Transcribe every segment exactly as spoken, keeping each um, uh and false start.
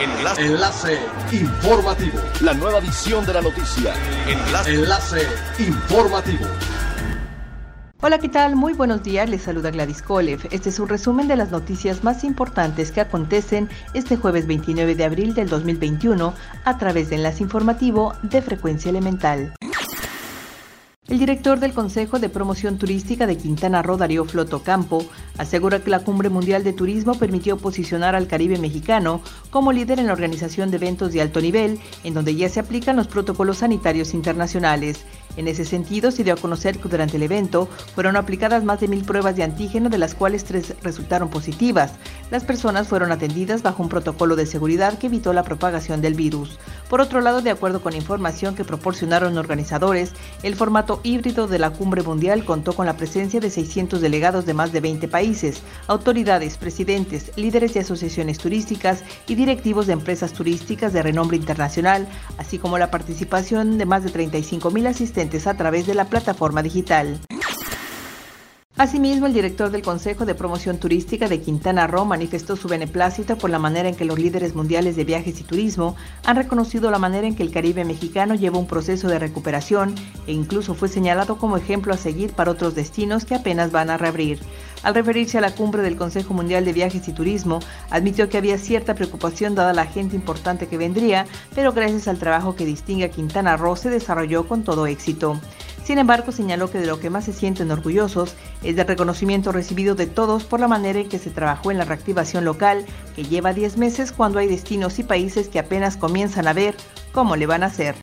Enlace. Enlace informativo. La nueva edición de la noticia. Enlace. Enlace informativo. Hola, ¿qué tal? Muy buenos días, les saluda Gladys Kolev. Este es un resumen de las noticias más importantes que acontecen este jueves veintinueve de abril del dos mil veintiuno a través de Enlace Informativo de Frecuencia Elemental. El director del Consejo de Promoción Turística de Quintana Roo, Darío Flotto Campo, asegura que la Cumbre Mundial de Turismo permitió posicionar al Caribe mexicano como líder en la organización de eventos de alto nivel, en donde ya se aplican los protocolos sanitarios internacionales. En ese sentido, se dio a conocer que durante el evento fueron aplicadas más de mil pruebas de antígeno, de las cuales tres resultaron positivas. Las personas fueron atendidas bajo un protocolo de seguridad que evitó la propagación del virus. Por otro lado, de acuerdo con información que proporcionaron organizadores, el formato híbrido de la Cumbre Mundial contó con la presencia de seiscientos delegados de más de veinte países, autoridades, presidentes, líderes de asociaciones turísticas y directivos de empresas turísticas de renombre internacional, así como la participación de más de treinta y cinco mil asistentes a través de la plataforma digital. Asimismo, el director del Consejo de Promoción Turística de Quintana Roo manifestó su beneplácito por la manera en que los líderes mundiales de viajes y turismo han reconocido la manera en que el Caribe mexicano lleva un proceso de recuperación e incluso fue señalado como ejemplo a seguir para otros destinos que apenas van a reabrir. Al referirse a la cumbre del Consejo Mundial de Viajes y Turismo, admitió que había cierta preocupación dada la gente importante que vendría, pero gracias al trabajo que distingue a Quintana Roo se desarrolló con todo éxito. Sin embargo, señaló que de lo que más se sienten orgullosos es del reconocimiento recibido de todos por la manera en que se trabajó en la reactivación local, que lleva diez meses cuando hay destinos y países que apenas comienzan a ver cómo le van a hacer.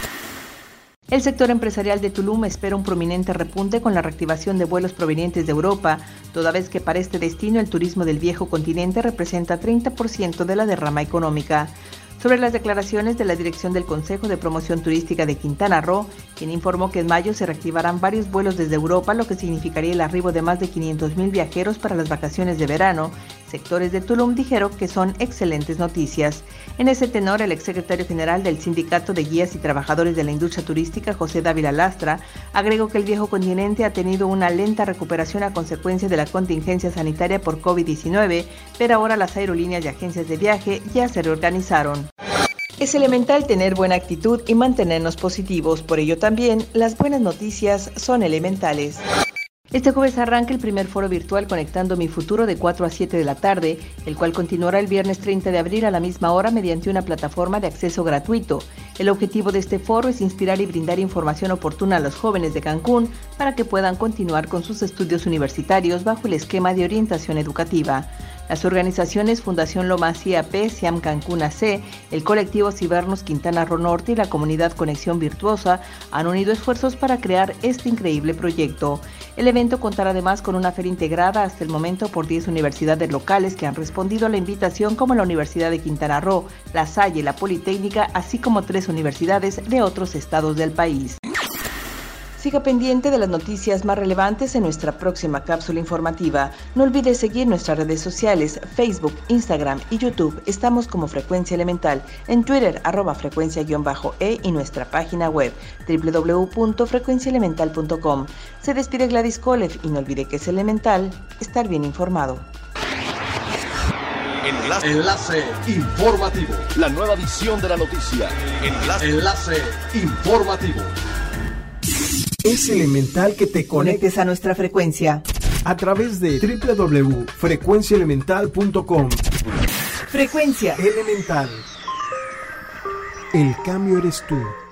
El sector empresarial de Tulum espera un prominente repunte con la reactivación de vuelos provenientes de Europa, toda vez que para este destino el turismo del viejo continente representa treinta por ciento de la derrama económica. Sobre las declaraciones de la dirección del Consejo de Promoción Turística de Quintana Roo, quien informó que en mayo se reactivarán varios vuelos desde Europa, lo que significaría el arribo de más de quinientos mil viajeros para las vacaciones de verano, sectores de Tulum dijeron que son excelentes noticias. En ese tenor, el exsecretario general del Sindicato de Guías y Trabajadores de la Industria Turística, José Dávila Lastra, agregó que el viejo continente ha tenido una lenta recuperación a consecuencia de la contingencia sanitaria por COVID diecinueve, pero ahora las aerolíneas y agencias de viaje ya se reorganizaron. Es elemental tener buena actitud y mantenernos positivos, por ello también las buenas noticias son elementales. Este jueves arranca el primer foro virtual Conectando mi Futuro de cuatro a siete de la tarde, el cual continuará el viernes treinta de abril a la misma hora mediante una plataforma de acceso gratuito. El objetivo de este foro es inspirar y brindar información oportuna a los jóvenes de Cancún para que puedan continuar con sus estudios universitarios bajo el esquema de orientación educativa. Las organizaciones Fundación Lomas I A P, SIAM Cancún A C, el colectivo Cibernos Quintana Roo Norte y la comunidad Conexión Virtuosa han unido esfuerzos para crear este increíble proyecto. El evento contará además con una feria integrada hasta el momento por diez universidades locales que han respondido a la invitación, como la Universidad de Quintana Roo, La Salle, la Politécnica, así como tres universidades de otros estados del país. Siga pendiente de las noticias más relevantes en nuestra próxima cápsula informativa. No olvide seguir nuestras redes sociales, Facebook, Instagram y YouTube. Estamos como Frecuencia Elemental, en Twitter, arroba frecuencia-e y nuestra página web, doble u doble u doble u punto frecuencia elemental punto com. Se despide Gladys Kolev y no olvide que es elemental estar bien informado. Enlace. Enlace informativo. La nueva edición de la noticia. Enlace. Enlace informativo. Es elemental que te conectes a nuestra frecuencia a través de doble u doble u doble u punto frecuencia elemental punto com. Frecuencia Elemental. El cambio eres tú.